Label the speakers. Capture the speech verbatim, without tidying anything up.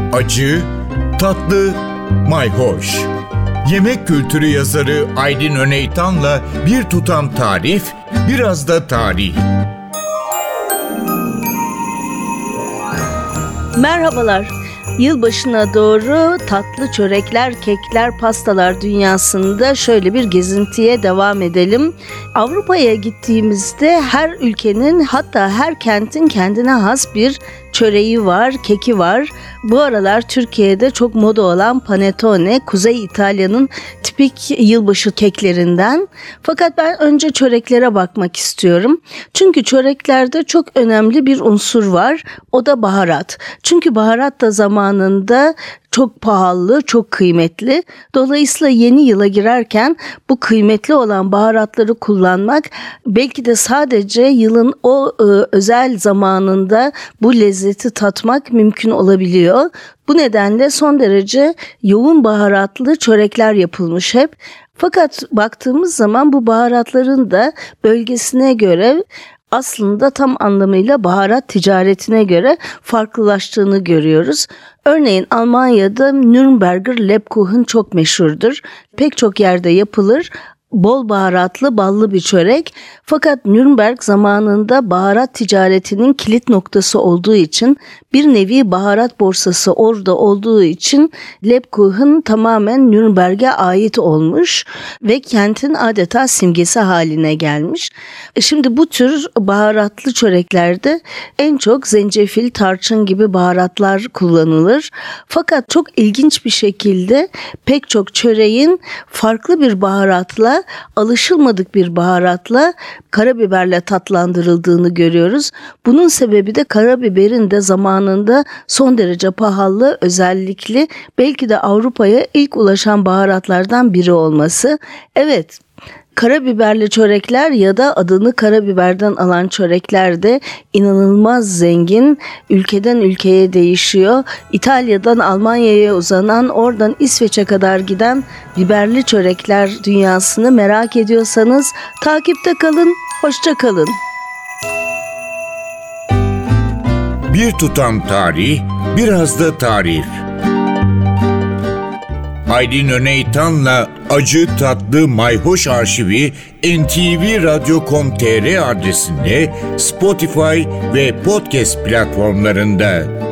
Speaker 1: acı, tatlı, mayhoş. Yemek kültürü yazarı Aydin Öneytan'la bir tutam tarif, biraz da tarih.
Speaker 2: Merhabalar. Yılbaşına doğru tatlı çörekler, kekler, pastalar dünyasında şöyle bir gezintiye devam edelim. Avrupa'ya gittiğimizde her ülkenin, hatta her kentin kendine has bir çöreği var, keki var. Bu aralar Türkiye'de çok moda olan panettone, Kuzey İtalya'nın tipik yılbaşı keklerinden. Fakat ben önce çöreklere bakmak istiyorum. Çünkü çöreklerde çok önemli bir unsur var. O da baharat. Çünkü baharat da zamanında çok pahalı, çok kıymetli. Dolayısıyla yeni yıla girerken bu kıymetli olan baharatları kullanmak belki de sadece yılın o e, özel zamanında bu lezzeti tatmak mümkün olabiliyor. Bu nedenle son derece yoğun baharatlı çörekler yapılmış hep. Fakat baktığımız zaman bu baharatların da bölgesine göre aslında tam anlamıyla baharat ticaretine göre farklılaştığını görüyoruz. Örneğin Almanya'da Nürnberger Lebkuchen çok meşhurdur. Pek çok yerde yapılır. Bol baharatlı, ballı bir çörek. Fakat Nürnberg zamanında baharat ticaretinin kilit noktası olduğu için, bir nevi baharat borsası orada olduğu için Lebkuchen tamamen Nürnberg'e ait olmuş ve kentin adeta simgesi haline gelmiş. Şimdi bu tür baharatlı çöreklerde en çok zencefil, tarçın gibi baharatlar kullanılır. Fakat çok ilginç bir şekilde pek çok çöreğin farklı bir baharatla, alışılmadık bir baharatla, karabiberle tatlandırıldığını görüyoruz. Bunun sebebi de karabiberin de zamanında son derece pahalı, özellikle belki de Avrupa'ya ilk ulaşan baharatlardan biri olması. Evet, karabiberli çörekler ya da adını karabiberden alan çörekler de inanılmaz zengin, ülkeden ülkeye değişiyor. İtalya'dan Almanya'ya uzanan, oradan İsveç'e kadar giden biberli çörekler dünyasını merak ediyorsanız takipte kalın, hoşça kalın.
Speaker 1: Bir tutam tarih, biraz da tarif. Aydin Öneytan'la acı, tatlı, mayhoş arşivi en ti vi radyo nokta com nokta tr adresinde, Spotify ve podcast platformlarında.